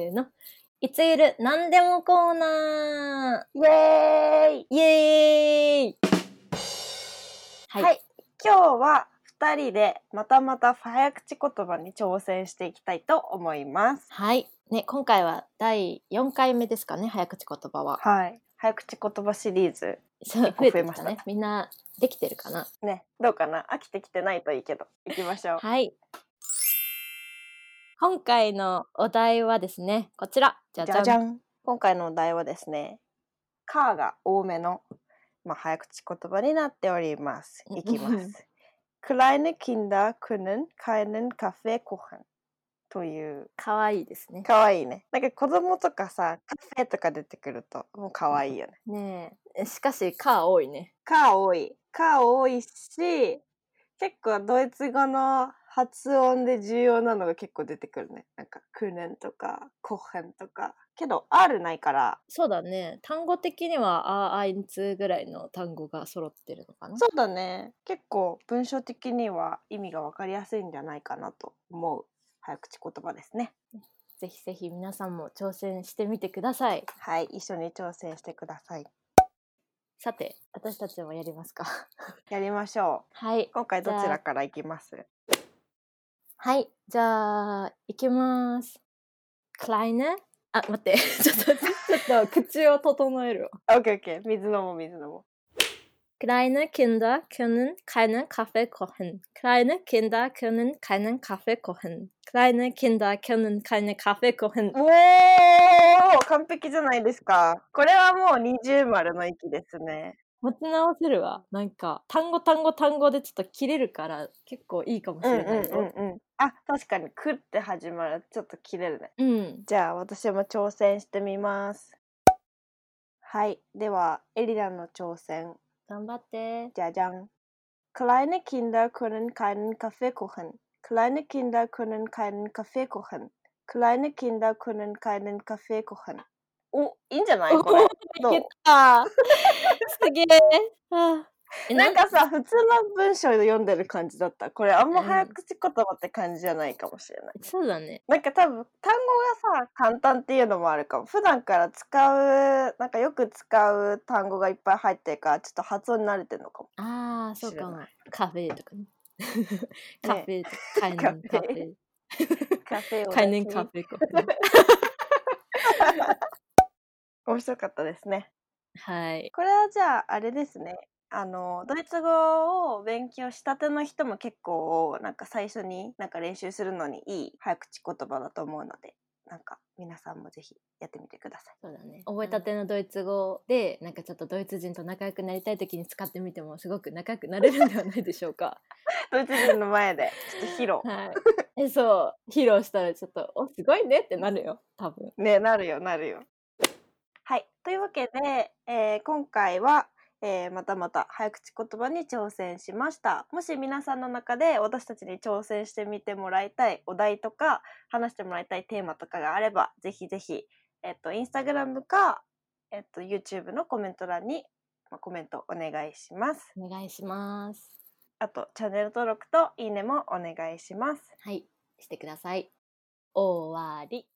ーの。いつゆるなんでもコーナーイエーイイエーイはい、今日は2人でまた早口言葉に挑戦していきたいと思います。 はい、ね、今回は第4回目ですかね、早口言葉は。 はい、早口言葉シリーズ結構増えましたね。みんなできてるかなね、どうかな、飽きてきてないといいけど、行きましょう。 はい。今回のお題はですね、こちら。じゃじゃん。 じゃじゃん。今回のお題はですね、カーが多めの、早口言葉になっております。いきます。Kleine Kinder können keinen Kaffee kochen という。 かわいいですね。 かわいいね。なんか子供とかさ、カフェとか出てくるともうかわいいよね。 ねえ、しかしカー多いね。 カー多いし、結構ドイツ語の発音で重要なのが結構出てくるね。なんかクネンとかコヘンとか。けど R ないから。 そうだね。単語的にはあいんつぐらいの単語が揃ってるのかな。 そうだね。結構文章的には意味がわかりやすいんじゃないかなと思う早口言葉ですね。 ぜひぜひ皆さんも挑戦してみてください。 はい、一緒に挑戦してください。 さて、私たちもやりますか。 やりましょう。 はい。 今回どちらからいきます？ はい、じゃあいきます。Kleine、あ、待って、ちょっと口を整えるわ。オッケー。水飲もう。 Kleine Kinder können keinen Kaffee kochen. Kleine Kinder können keinen Kaffee kochen. Kleine Kinder können keinen Kaffee kochen. おー、完璧じゃないですか。これはもう二重丸の息ですね。 持ち直せるわ。なんか単語でちょっと切れるから結構いいかもしれないよ。 あ、確かにくって始まる。ちょっと切れるね。 うん。 じゃあ私も挑戦してみます。はい。ではエリナの挑戦。 頑張って。 じゃじゃん。Kleine Kinder können keinen Kaffee kochen. Kleine Kinder können keinen Kaffee kochen. Kleine Kinder können keinen Kaffee kochen. お、いいんじゃないこれ。 いけた。すげえ。 なんかさ、普通の文章で読んでる感じだった。これあんま早口言葉って感じじゃないかもしれない。 そうだね。 なんか多分単語がさ、簡単っていうのもあるかも。普段から使う、なんかよく使う単語がいっぱい入ってるから、ちょっと発音に慣れてるのかも。 ああ、そうかも。カフェとかね。カフェとか、 カフェ。カフェを。 カフェ。 面白かったですね。 はい。 これはじゃああれですね。ドイツ語を勉強したての人も結構なんか最初になんか練習するのにいい早口言葉だと思うので、なんか皆さんもぜひやってみてください。 そうだね。覚えたてのドイツ語で、なんかちょっとドイツ人と仲良くなりたい時に使ってみてもすごく仲良くなれるんではないでしょうか。 ドイツ人の前でちょっと披露。 はい。そう、披露したらちょっとおすごいねってなるよ、多分。 ね、なるよ。はい。というわけで、今回はまた早口言葉に挑戦しました。もし皆さんの中で私たちに挑戦してみてもらいたいお題とか話してもらいたいテーマとかがあればぜひインスタグラムかYouTube のコメント欄にコメントお願いします。 お願いします。 あとチャンネル登録といいねもお願いします。 はい、してください。終わり。